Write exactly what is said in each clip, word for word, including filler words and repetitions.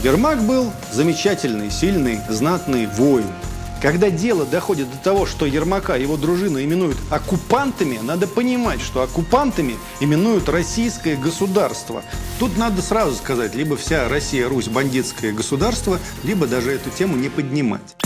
Ермак был замечательный, сильный, знатный воин. Когда дело доходит до того, что Ермака и его дружину именуют оккупантами, надо понимать, что оккупантами именуют российское государство. Тут надо сразу сказать, либо вся Россия, Русь бандитское государство, либо даже эту тему не поднимать.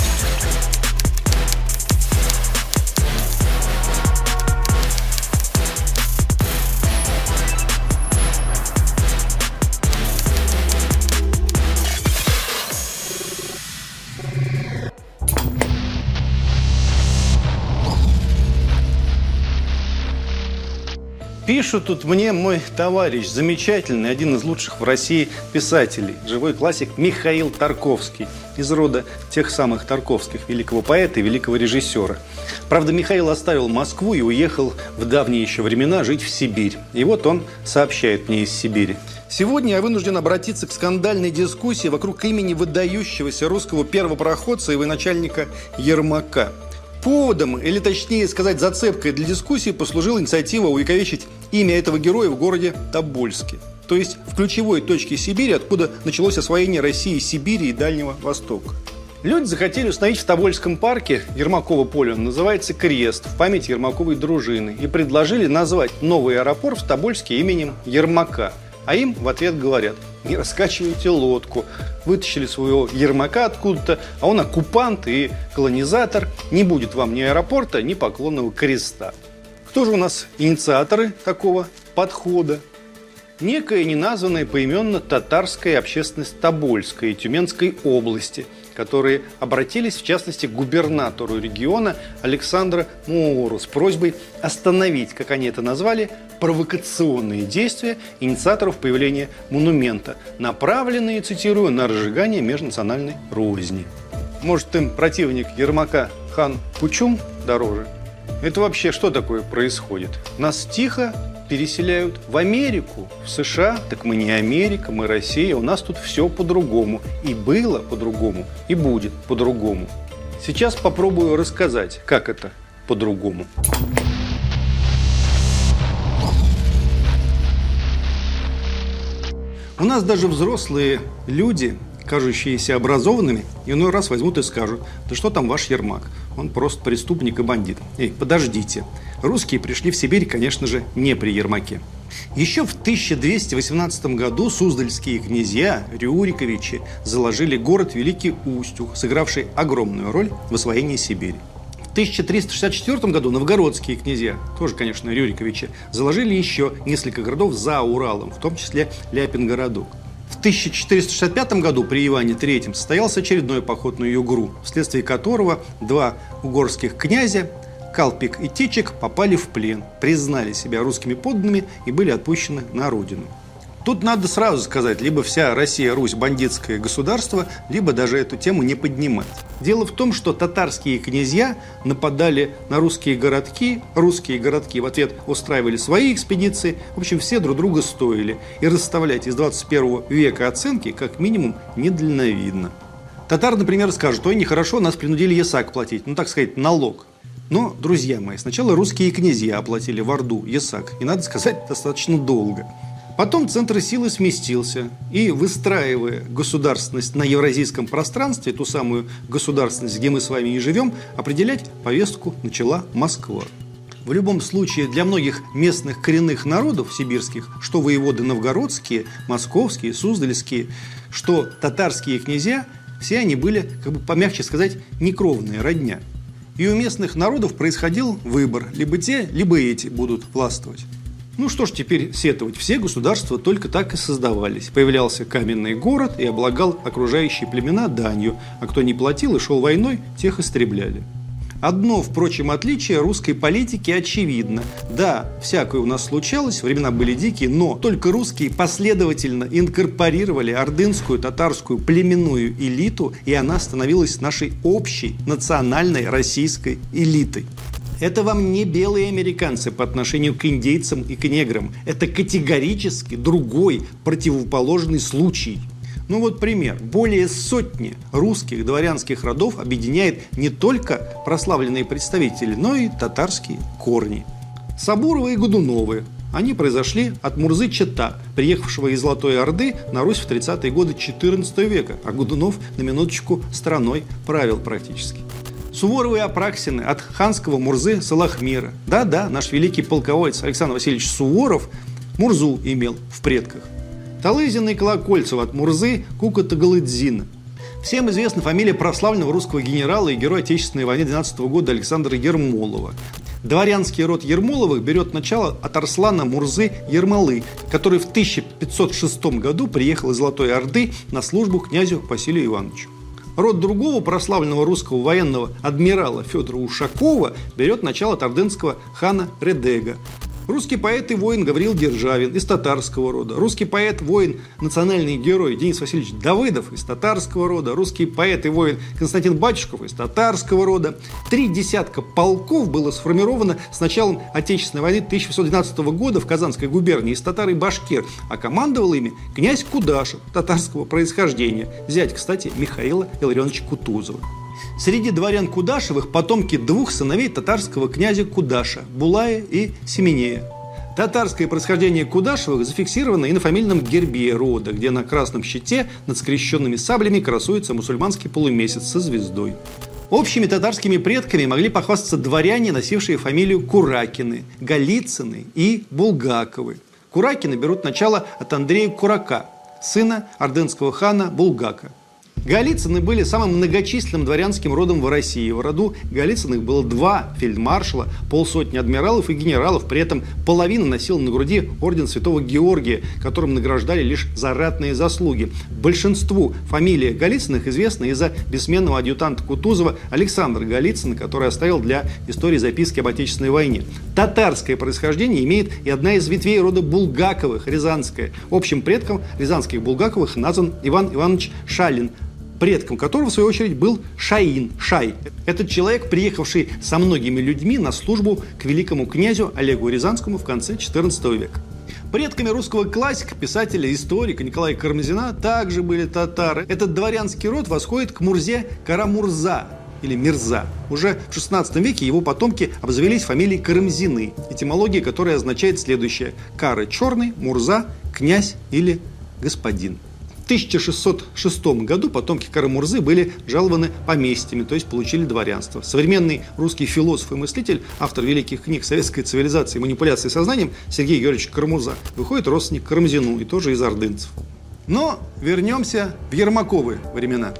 Пишут тут мне мой товарищ, замечательный, один из лучших в России писателей, живой классик Михаил Тарковский, из рода тех самых Тарковских, великого поэта и великого режиссера. Правда, Михаил оставил Москву и уехал в давние еще времена жить в Сибирь. И вот он сообщает мне из Сибири. Сегодня я вынужден обратиться к скандальной дискуссии вокруг имени выдающегося русского первопроходца и военачальника Ермака. Поводом, или точнее сказать зацепкой для дискуссии, послужила инициатива увековечить имя этого героя в городе Тобольске. То есть в ключевой точке Сибири, откуда началось освоение России, Сибири и Дальнего Востока. Люди захотели установить в Тобольском парке, Ермаково поле он называется, крест в память Ермаковой дружины и предложили назвать новый аэропорт в Тобольске именем Ермака. А им в ответ говорят: не раскачивайте лодку, вытащили своего Ермака откуда-то, а он оккупант и колонизатор, не будет вам ни аэропорта, ни поклонного креста. Кто же у нас инициаторы такого подхода? Некая неназванная поименно татарская общественность Тобольской и Тюменской области, которые обратились, в частности, к губернатору региона Александру Моору с просьбой остановить, как они это назвали, провокационные действия инициаторов появления монумента, направленные, цитирую, на разжигание межнациональной розни. Может, им противник Ермака хан Кучум дороже? Это вообще что такое происходит? Нас тихо переселяют в Америку, в США. Так мы не Америка, мы Россия. У нас тут все по-другому. И было по-другому, и будет по-другому. Сейчас попробую рассказать, как это по-другому. У нас даже взрослые люди, кажущиеся образованными, иной раз возьмут и скажут: да что там ваш Ермак, он просто преступник и бандит. Эй, подождите, русские пришли в Сибирь, конечно же, не при Ермаке. Еще в тысяча двести восемнадцатом году суздальские князья Рюриковичи заложили город Великий Устюг, сыгравший огромную роль в освоении Сибири. В тысяча триста шестьдесят четвёртом году новгородские князья, тоже, конечно, Рюриковичи, заложили еще несколько городов за Уралом, в том числе Ляпин-городок. В тысяча четыреста шестьдесят пятом году при Иване третьем состоялся очередной поход на Югру, вследствие которого два угорских князя, Калпик и Тичек, попали в плен, признали себя русскими подданными и были отпущены на родину. Тут надо сразу сказать, либо вся Россия, Русь бандитское государство, либо даже эту тему не поднимать. Дело в том, что татарские князья нападали на русские городки, русские городки в ответ устраивали свои экспедиции, в общем, все друг друга стоили. И расставлять из двадцать первого века оценки как минимум недальновидно. Татар, например, скажут: ой, нехорошо, нас принудили ясак платить, ну так сказать, налог. Но, друзья мои, сначала русские князья оплатили в Орду ясак, и, надо сказать, достаточно долго. Потом центр силы сместился, и, выстраивая государственность на евразийском пространстве, ту самую государственность, где мы с вами и живем, определять повестку начала Москва. В любом случае, для многих местных коренных народов сибирских, что воеводы новгородские, московские, суздальские, что татарские князья, все они были, как бы помягче сказать, некровная родня. И у местных народов происходил выбор: либо те, либо эти будут властвовать. Ну что ж теперь сетовать, все государства только так и создавались. Появлялся каменный город и облагал окружающие племена данью, а кто не платил и шел войной, тех истребляли. Одно, впрочем, отличие русской политики очевидно. Да, всякое у нас случалось, времена были дикие, но только русские последовательно инкорпорировали ордынскую татарскую племенную элиту, и она становилась нашей общей национальной российской элитой. Это вам не белые американцы по отношению к индейцам и к неграм. Это категорически другой, противоположный случай. Ну вот пример. Более сотни русских дворянских родов объединяет не только прославленные представители, но и татарские корни. Сабуровы и Годуновы, Они произошли от Мурзы Чета, приехавшего из Золотой Орды на Русь в тридцатые годы четырнадцатого века, а Годунов, на минуточку, страной правил практически. Суворовы и Апраксины от ханского Мурзы Салахмира. Да-да, наш великий полководец Александр Васильевич Суворов Мурзу имел в предках. Талызина и Колокольцева от Мурзы Куката-Галыдзина. Всем известна фамилия прославленного русского генерала и героя Отечественной войны двенадцатого года Александра Ермолова. Дворянский род Ермоловых берет начало от Арслана Мурзы Ермолы, который в тысяча пятьсот шестом году приехал из Золотой Орды на службу князю Василию Ивановичу. Род другого прославленного русского военного адмирала Федора Ушакова берет начало от ордынского хана Редега. Русский поэт и воин Гавриил Державин из татарского рода. Русский поэт, воин, национальный герой Денис Васильевич Давыдов из татарского рода. Русский поэт и воин Константин Батюшков из татарского рода. Три десятка полков было сформировано с началом Отечественной войны тысяча восемьсот двенадцатого года в Казанской губернии из татар и башкир, а командовал ими князь Кудашев татарского происхождения, зять, кстати, Михаила Илларионовича Кутузова. Среди дворян Кудашевых потомки двух сыновей татарского князя Кудаша – Булая и Семенея. Татарское происхождение Кудашевых зафиксировано и на фамильном гербе рода, где на красном щите над скрещенными саблями красуется мусульманский полумесяц со звездой. Общими татарскими предками могли похвастаться дворяне, носившие фамилию Куракины, Голицыны и Булгаковы. Куракины берут начало от Андрея Курака, сына ордынского хана Булгака. Голицыны были самым многочисленным дворянским родом в России. В роду Голицыных было два фельдмаршала, полсотни адмиралов и генералов. При этом половина носила на груди орден Святого Георгия, которым награждали лишь за ратные заслуги. Большинству фамилия Голицыных известна из-за бессменного адъютанта Кутузова Александра Голицына, который оставил для истории записки об Отечественной войне. Татарское происхождение имеет и одна из ветвей рода Булгаковых, Рязанская. Общим предком рязанских Булгаковых назван Иван Иванович Шалин, предком которого, в свою очередь, был Шаин, Шай. Этот человек, приехавший со многими людьми на службу к великому князю Олегу Рязанскому в конце четырнадцатого века. Предками русского классика, писателя, историка Николая Карамзина также были татары. Этот дворянский род восходит к Мурзе Карамурза или Мирза. Уже в шестнадцатом веке его потомки обзавелись фамилией Карамзины, этимология которой означает следующее: Кары черный, Мурза, князь или господин. В тысяча шестьсот шестом году потомки Кара-Мурзы были жалованы поместьями, то есть получили дворянство. Современный русский философ и мыслитель, автор великих книг «Советская цивилизация и манипуляции сознанием» Сергей Георгиевич Кара-Мурза выходит родственник Карамзину и тоже из ордынцев. Но вернемся в Ермаковы времена.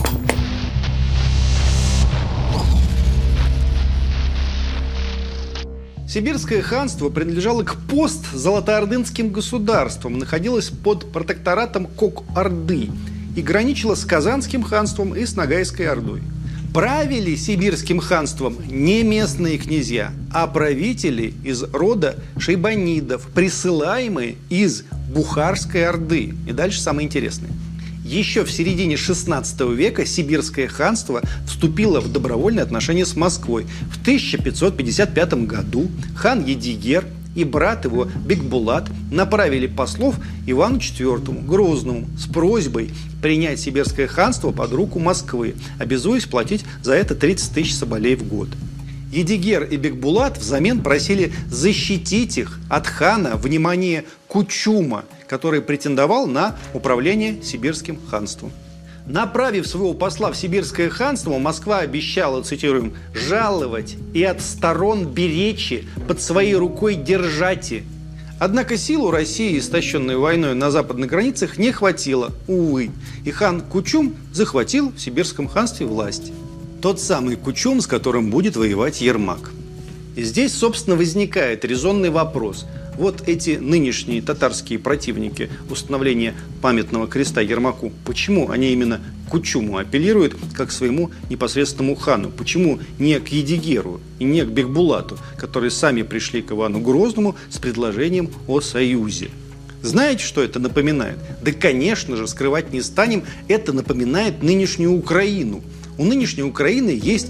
Сибирское ханство принадлежало к пост-золотоордынским государствам, находилось под протекторатом Кок-Орды и граничило с Казанским ханством и с Ногайской Ордой. Правили сибирским ханством не местные князья, а правители из рода шейбанидов, присылаемые из Бухарской Орды. И дальше самое интересное. Еще в середине шестнадцатого века Сибирское ханство вступило в добровольные отношения с Москвой. В тысяча пятьсот пятьдесят пятом году хан Едигер и брат его Бекбулат направили послов Ивану четвёртому Грозному с просьбой принять Сибирское ханство под руку Москвы, обязуясь платить за это тридцать тысяч соболей в год. Едигер и Бекбулат взамен просили защитить их от хана внимания Кучума, который претендовал на управление Сибирским ханством. Направив своего посла в Сибирское ханство, Москва обещала, цитируем, «жаловать и от сторон беречи, под своей рукой держати». Однако сил у России, истощенной войной на западных границах, не хватило, увы, и хан Кучум захватил в Сибирском ханстве власть. Тот самый Кучум, с которым будет воевать Ермак. И здесь, собственно, возникает резонный вопрос. Вот эти нынешние татарские противники установления памятного креста Ермаку, почему они именно к Кучуму апеллируют, как к своему непосредственному хану? Почему не к Едигеру и не к Бекбулату, которые сами пришли к Ивану Грозному с предложением о союзе? Знаете, что это напоминает? Да, конечно же, скрывать не станем, это напоминает нынешнюю Украину. У нынешней Украины есть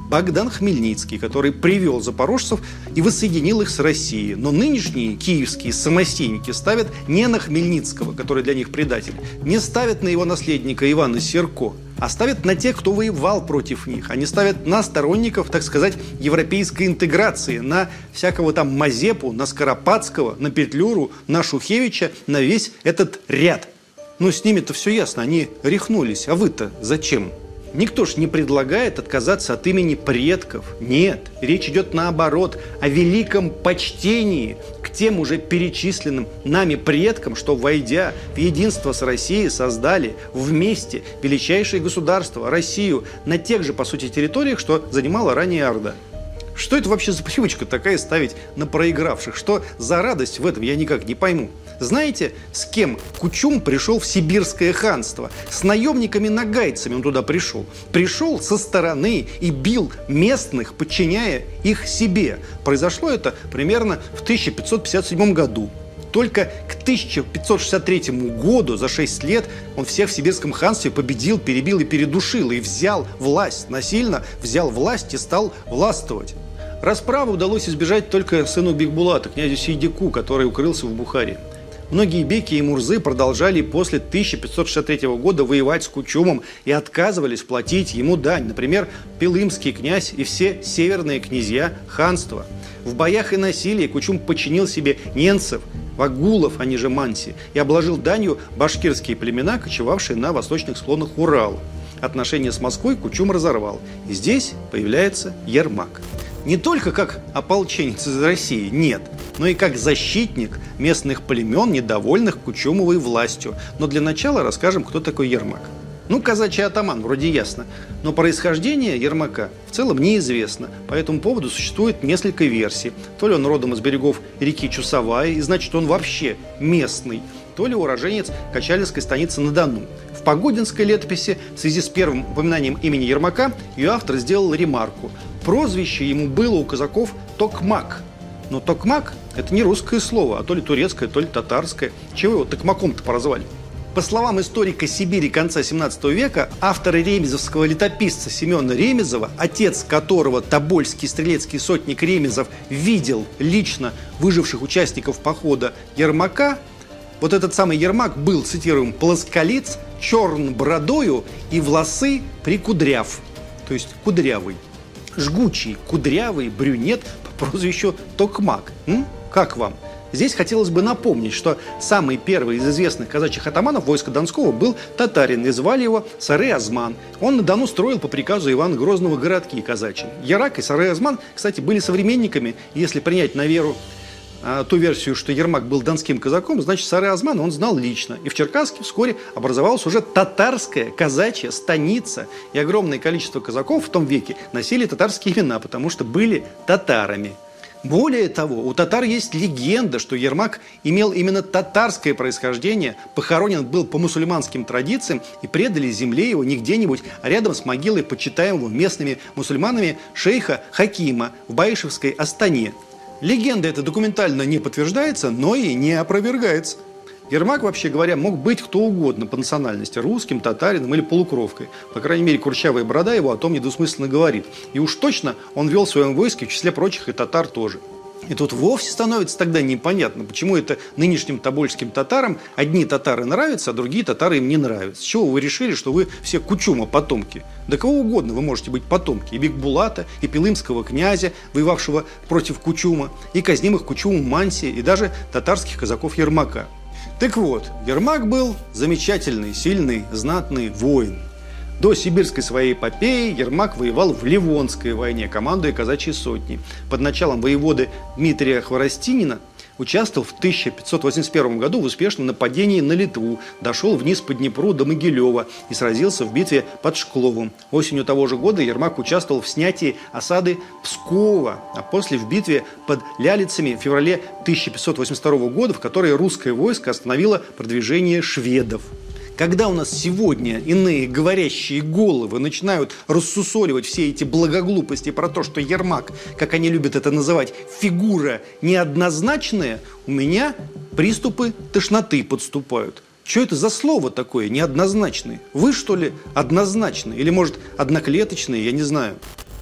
Богдан Хмельницкий, который привел запорожцев и воссоединил их с Россией. Но нынешние киевские самостейники ставят не на Хмельницкого, который для них предатель, не ставят на его наследника Ивана Серко, а ставят на тех, кто воевал против них. Они ставят на сторонников, так сказать, европейской интеграции, на всякого там Мазепу, на Скоропадского, на Петлюру, на Шухевича, на весь этот ряд. Но с ними-то все ясно, они рехнулись. А вы-то зачем? Никто ж не предлагает отказаться от имени предков. Нет, речь идет наоборот о великом почтении к тем уже перечисленным нами предкам, что, войдя в единство с Россией, создали вместе величайшее государство, Россию, на тех же, по сути, территориях, что занимала ранее Орда. Что это вообще за привычка такая ставить на проигравших? Что за радость в этом, я никак не пойму. Знаете, с кем Кучум пришел в Сибирское ханство? С наемниками-нагайцами он туда пришел. Пришел со стороны и бил местных, подчиняя их себе. Произошло это примерно в тысяча пятьсот пятьдесят седьмом году. Только к тысяча пятьсот шестьдесят третьему году, за шесть лет, он всех в Сибирском ханстве победил, перебил и передушил. И взял власть, насильно взял власть и стал властвовать. Расправы удалось избежать только сыну Бикбулата, князю Сейдику, который укрылся в Бухаре. Многие беки и мурзы продолжали после тысяча пятьсот шестьдесят третьего года воевать с Кучумом и отказывались платить ему дань. Например, Пилымский князь и все северные князья ханства. В боях и насилии Кучум подчинил себе ненцев, вагулов, они же манси, и обложил данью башкирские племена, кочевавшие на восточных склонах Урала. Отношения с Москвой Кучум разорвал. И здесь появляется Ермак. Не только как ополченец из России, нет, но и как защитник местных племен, недовольных Кучумовой властью. Но для начала расскажем, кто такой Ермак. Ну, казачий атаман, вроде ясно, но происхождение Ермака в целом неизвестно. По этому поводу существует несколько версий. То ли он родом из берегов реки Чусовая, и значит, он вообще местный, то ли уроженец Качалинской станицы на Дону. В Погодинской летописи в связи с первым упоминанием имени Ермака ее автор сделал ремарку. Прозвище ему было у казаков Токмак. Но Токмак – это не русское слово, а то ли турецкое, то ли татарское. Чего его Токмаком-то прозвали? По словам историка Сибири конца семнадцатого века, автора ремезовского летописца Семена Ремезова, отец которого тобольский стрелецкий сотник Ремезов видел лично выживших участников похода Ермака, вот этот самый Ермак был, цитируем, плосколиц, черн бородою и волосы прикудряв, то есть кудрявый. Жгучий, кудрявый брюнет по прозвищу Токмак. М? Как вам? Здесь хотелось бы напомнить, что самый первый из известных казачьих атаманов войска Донского был татарин, и звали его Сары-Азман. Он на Дону строил по приказу Ивана Грозного городки казачьи. Ярак и Сары-Азман, кстати, были современниками, и если принять на веру а, ту версию, что Ермак был донским казаком, значит, Сары-Азмана он знал лично. И в Черкасске вскоре образовалась уже татарская казачья станица, и огромное количество казаков в том веке носили татарские имена, потому что были татарами. Более того, у татар есть легенда, что Ермак имел именно татарское происхождение, похоронен был по мусульманским традициям и предали земле его не где-нибудь, а рядом с могилой почитаемого местными мусульманами шейха Хакима в Баишевской Астане. Легенда эта документально не подтверждается, но и не опровергается. Ермак, вообще говоря, мог быть кто угодно по национальности – русским, татарином или полукровкой. По крайней мере, курчавая борода его о том недвусмысленно говорит. И уж точно он вел в своем войске в числе прочих и татар тоже. И тут вовсе становится тогда непонятно, почему это нынешним тобольским татарам одни татары нравятся, а другие татары им не нравятся. С чего вы решили, что вы все Кучума потомки? Да кого угодно вы можете быть потомки. И Бикбулата, и Пилымского князя, воевавшего против Кучума, и казнимых Кучуму Манси, и даже татарских казаков Ермака. Так вот, Ермак был замечательный, сильный, знатный воин. До сибирской своей эпопеи Ермак воевал в Ливонской войне, командуя казачьей сотней. Под началом воеводы Дмитрия Хворостинина участвовал в тысяча пятьсот восемьдесят первом году в успешном нападении на Литву, дошел вниз по Днепру до Могилева и сразился в битве под Шкловом. Осенью того же года Ермак участвовал в снятии осады Пскова, а после в битве под Лялицами в феврале тысяча пятьсот восемьдесят второго года, в которой русское войско остановило продвижение шведов. Когда у нас сегодня иные говорящие головы начинают рассусоливать все эти благоглупости про то, что Ермак, как они любят это называть, фигура неоднозначная, у меня приступы тошноты подступают. Что это за слово такое неоднозначный? Вы, что ли, однозначный? Или, может, одноклеточный? Я не знаю.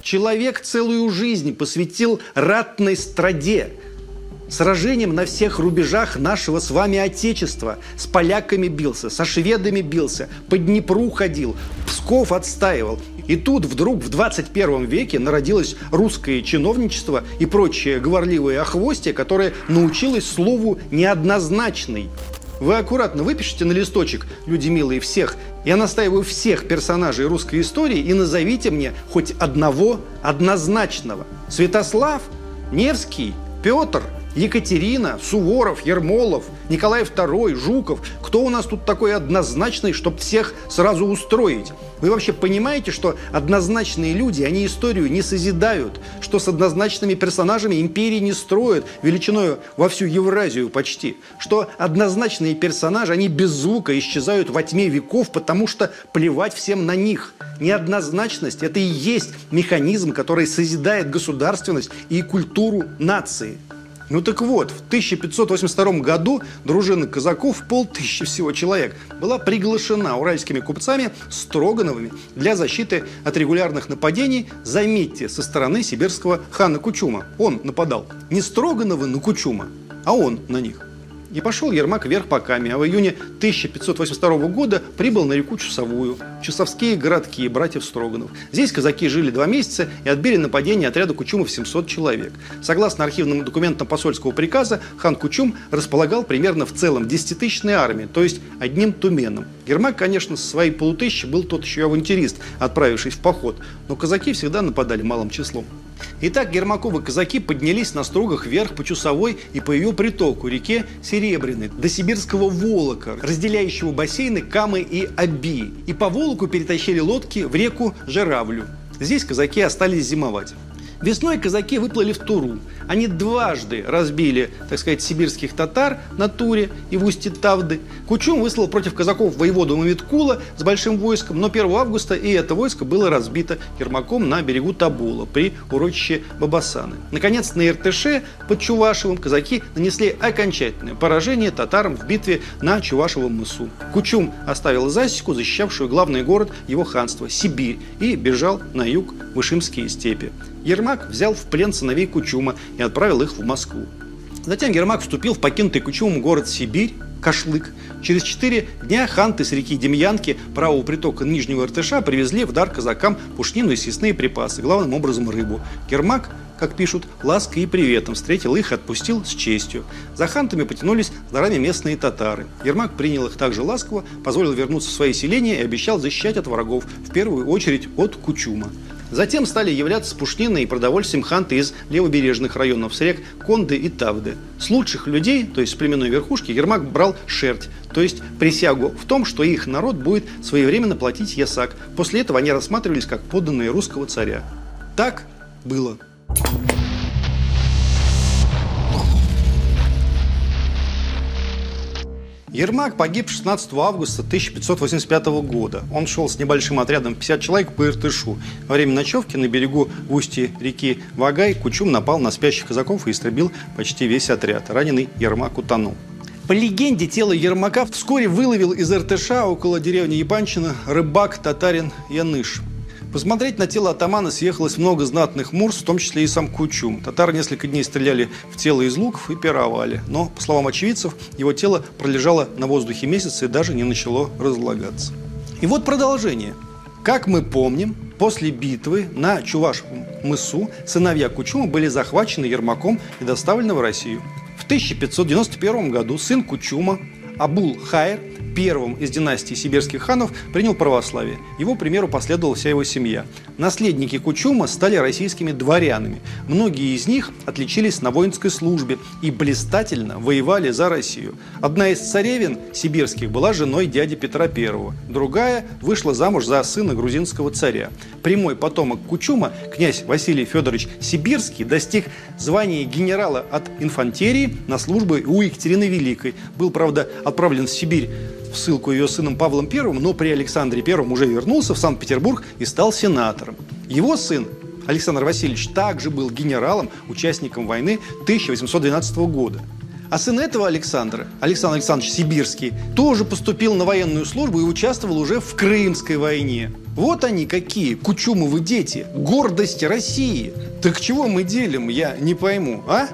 Человек целую жизнь посвятил ратной страде, сражениям на всех рубежах нашего с вами Отечества. С поляками бился, со шведами бился, по Днепру ходил, Псков отстаивал. И тут вдруг в двадцать первом веке народилось русское чиновничество и прочее говорливое охвостье, которое научилось слову «неоднозначный». Вы аккуратно выпишите на листочек, люди милые, всех, я настаиваю, всех персонажей русской истории, и назовите мне хоть одного однозначного. Святослав, Невский, Петр, Екатерина, Суворов, Ермолов, Николай второй, Жуков. Кто у нас тут такой однозначный, чтобы всех сразу устроить? Вы вообще понимаете, что однозначные люди, они историю не созидают, что с однозначными персонажами империи не строят величиною во всю Евразию почти, что однозначные персонажи, они без звука исчезают во тьме веков, потому что плевать всем на них. Неоднозначность – это и есть механизм, который созидает государственность и культуру нации. Ну так вот, в тысяча пятьсот восемьдесят втором году дружина казаков, полтысячи всего человек, была приглашена уральскими купцами Строгановыми для защиты от регулярных нападений, заметьте, со стороны сибирского хана Кучума. Он нападал. Не Строгановы на Кучума, а он на них. И пошел Ермак вверх по Каме, а в июне тысяча пятьсот восемьдесят второго года прибыл на реку Чусовую, Чусовские городки братьев Строганов. Здесь казаки жили два месяца и отбили нападение отряда Кучумов семьсот человек. Согласно архивным документам посольского приказа, хан Кучум располагал примерно в целом десятитысячной армией, то есть одним туменом. Ермак, конечно, со своей полутысячи был тот еще авантюрист, отправившись в поход, но казаки всегда нападали малым числом. Итак, Ермаковы казаки поднялись на стругах вверх по Чусовой и по ее притоку, реке Серебряной, до сибирского Волока, разделяющего бассейны Камы и Оби. И по Волоку перетащили лодки в реку Жеравлю. Здесь казаки остались зимовать. Весной казаки выплыли в Туру. Они дважды разбили, так сказать, сибирских татар на Туре и в устье Тавды. Кучум выслал против казаков воеводу Мамиткула с большим войском, но первого августа и это войско было разбито Ермаком на берегу Тобола при урочище Бабасаны. Наконец, на Иртыше под Чувашевым казаки нанесли окончательное поражение татарам в битве на Чувашевом мысу. Кучум оставил засеку, защищавшую главный город его ханства – Сибирь, и бежал на юг в Ишимские степи. Ермак взял в плен сыновей Кучума и отправил их в Москву. Затем Ермак вступил в покинутый Кучумом город Сибирь, Кашлык. Через четыре дня ханты с реки Демьянки, правого притока Нижнего Иртыша, привезли в дар казакам пушнину и съестные припасы, главным образом рыбу. Ермак, как пишут, лаской и приветом встретил их и отпустил с честью. За хантами потянулись с дарами местные татары. Ермак принял их также ласково, позволил вернуться в свои селения и обещал защищать от врагов, в первую очередь от Кучума. Затем стали являться с пушниной и продовольствием ханты из левобережных районов, с рек Конды и Тавды. С лучших людей, то есть с племенной верхушки, Ермак брал шерть, то есть присягу в том, что их народ будет своевременно платить ясак. После этого они рассматривались как подданные русского царя. Так было. Ермак погиб шестнадцатого августа тысяча пятьсот восемьдесят пятого года. Он шел с небольшим отрядом пятьдесят человек по Иртышу. Во время ночевки на берегу в устье реки Вагай Кучум напал на спящих казаков и истребил почти весь отряд. Раненый Ермак утонул. По легенде, тело Ермака вскоре выловил из Иртыша около деревни Епанчина рыбак татарин Яныш. Посмотреть на тело атамана съехалось много знатных мурс, в том числе и сам Кучум. Татары несколько дней стреляли в тело из луков и пировали. Но, по словам очевидцев, его тело пролежало на воздухе месяц и даже не начало разлагаться. И вот продолжение. Как мы помним, после битвы на Чувашевом мысу сыновья Кучума были захвачены Ермаком и доставлены в Россию. В тысяча пятьсот девяносто первом году сын Кучума Абул-Хайр, первым из династии сибирских ханов, принял православие. Его примеру последовала вся его семья. Наследники Кучума стали российскими дворянами. Многие из них отличились на воинской службе и блистательно воевали за Россию. Одна из царевин сибирских была женой дяди Петра Первого. Другая вышла замуж за сына грузинского царя. Прямой потомок Кучума, князь Василий Федорович Сибирский, достиг звания генерала от инфантерии на службу у Екатерины Великой. Был, правда, отправлен в Сибирь в ссылку ее сыном Павлом Первым, но при Александре Первом уже вернулся в Санкт-Петербург и стал сенатором. Его сын Александр Васильевич также был генералом, участником войны тысяча восемьсот двенадцатого года. А сын этого Александра, Александр Александрович Сибирский, тоже поступил на военную службу и участвовал уже в Крымской войне. Вот они какие, кучумовы дети, гордость России. Так чего мы делим, я не пойму, а?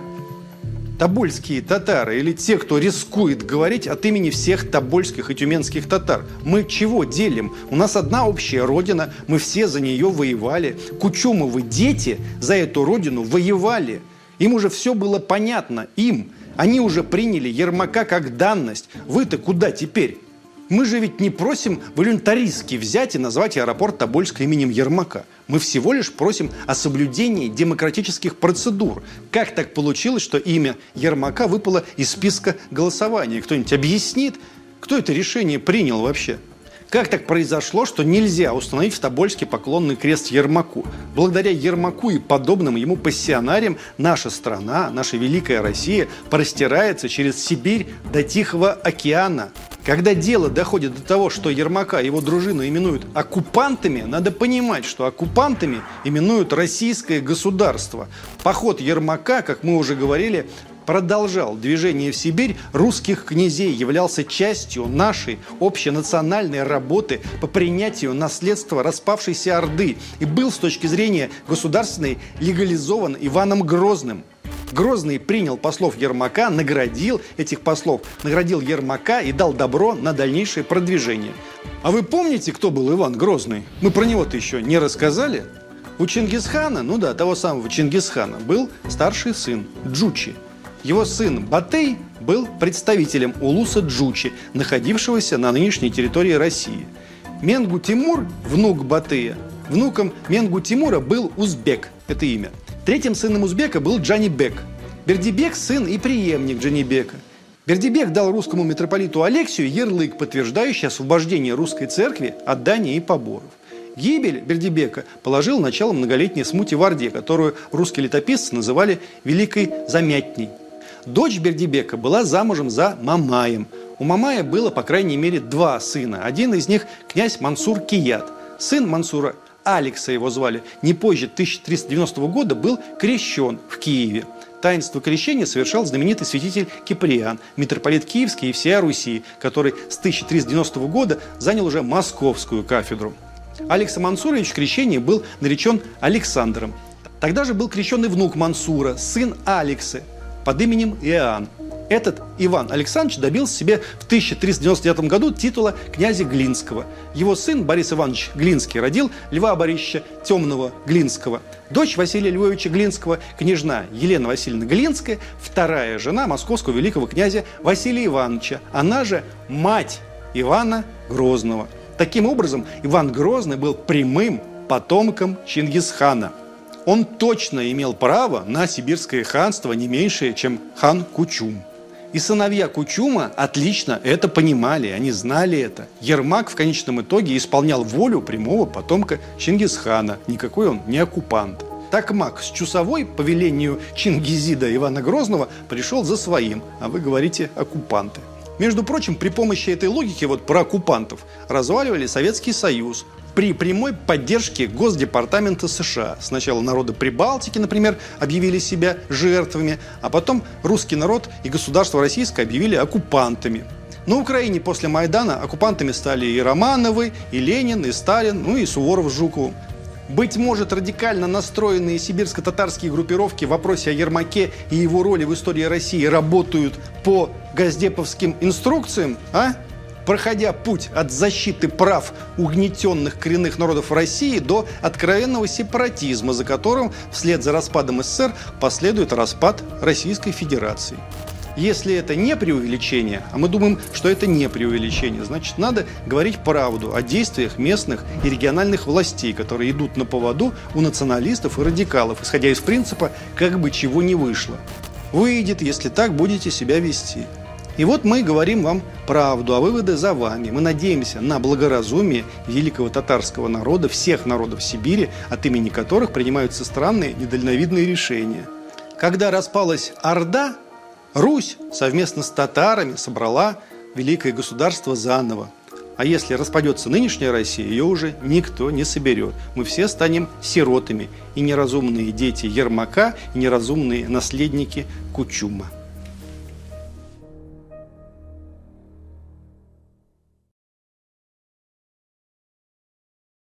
Тобольские татары или те, кто рискует говорить от имени всех тобольских и тюменских татар. Мы чего делим? У нас одна общая родина, мы все за нее воевали. Кучумовы дети за эту родину воевали. Им уже все было понятно, им. Они уже приняли Ермака как данность. Вы-то куда теперь? Мы же ведь не просим волюнтаристски взять и назвать аэропорт Тобольска именем Ермака. Мы всего лишь просим о соблюдении демократических процедур. Как так получилось, что имя Ермака выпало из списка голосования? Кто-нибудь объяснит, кто это решение принял вообще? Как так произошло, что нельзя установить в Тобольске поклонный крест Ермаку? Благодаря Ермаку и подобным ему пассионариям наша страна, наша великая Россия простирается через Сибирь до Тихого океана. Когда дело доходит до того, что Ермака и его дружину именуют оккупантами, надо понимать, что оккупантами именуют российское государство. Поход Ермака, как мы уже говорили, продолжал движение в Сибирь русских князей, являлся частью нашей общенациональной работы по принятию наследства распавшейся Орды и был с точки зрения государственной легализован Иваном Грозным. Грозный принял послов Ермака, наградил этих послов, наградил Ермака и дал добро на дальнейшее продвижение. А вы помните, кто был Иван Грозный? Мы про него-то еще не рассказали. У Чингисхана, ну да, того самого Чингисхана, был старший сын Джучи. Его сын Батый был представителем улуса Джучи, находившегося на нынешней территории России. Менгу Тимур, внук Батыя, внуком Менгу Тимура был Узбек, это имя. Третьим сыном Узбека был Джанибек. Бердибек – сын и преемник Джанибека. Бердибек дал русскому митрополиту Алексию ярлык, подтверждающий освобождение русской церкви от дани и поборов. Гибель Бердибека положил начало многолетней смуте в Орде, которую русские летописцы называли «Великой Замятней». Дочь Бердибека была замужем за Мамаем. У Мамая было, по крайней мере, два сына. Один из них – князь Мансур Кият. Сын Мансура, Алекса его звали, не позже тысяча триста девяностого года был крещен в Киеве. Таинство крещения совершал знаменитый святитель Киприан, митрополит Киевский и всея Руси, который с тысяча триста девяностого года занял уже московскую кафедру. Алекса Мансурович в крещении был наречен Александром. Тогда же был крещен и внук Мансура, сын Алексы, под именем Иоанн. Этот Иван Александрович добился себе в тысяча триста девяносто девятом году титула князя Глинского. Его сын Борис Иванович Глинский родил Льва Борисовича Темного Глинского. Дочь Василия Львовича Глинского, княжна Елена Васильевна Глинская, вторая жена московского великого князя Василия Ивановича, она же мать Ивана Грозного. Таким образом, Иван Грозный был прямым потомком Чингисхана. Он точно имел право на сибирское ханство не меньшее, чем хан Кучум. И сыновья Кучума отлично это понимали, они знали это. Ермак в конечном итоге исполнял волю прямого потомка Чингисхана. Никакой он не оккупант. Такмак с Чусовой по велению Чингизида Ивана Грозного пришел за своим, а вы говорите оккупанты. Между прочим, при помощи этой логики вот про оккупантов разваливали Советский Союз при прямой поддержке Госдепартамента США. Сначала народы Прибалтики, например, объявили себя жертвами, а потом русский народ и государство российское объявили оккупантами. На Украине после Майдана оккупантами стали и Романовы, и Ленин, и Сталин, ну и Суворов с Жуковым. Быть может, радикально настроенные сибирско-татарские группировки в вопросе о Ермаке и его роли в истории России работают по газдеповским инструкциям, а? Проходя путь от защиты прав угнетенных коренных народов России до откровенного сепаратизма, за которым вслед за распадом СССР последует распад Российской Федерации. Если это не преувеличение, а мы думаем, что это не преувеличение, значит, надо говорить правду о действиях местных и региональных властей, которые идут на поводу у националистов и радикалов, исходя из принципа «как бы чего ни вышло». Выйдет, если так будете себя вести. И вот мы говорим вам правду, а выводы за вами. Мы надеемся на благоразумие великого татарского народа, всех народов Сибири, от имени которых принимаются странные, недальновидные решения. Когда распалась Орда, Русь совместно с татарами собрала великое государство заново. А если распадется нынешняя Россия, ее уже никто не соберет. Мы все станем сиротами, и неразумные дети Ермака, и неразумные наследники Кучума.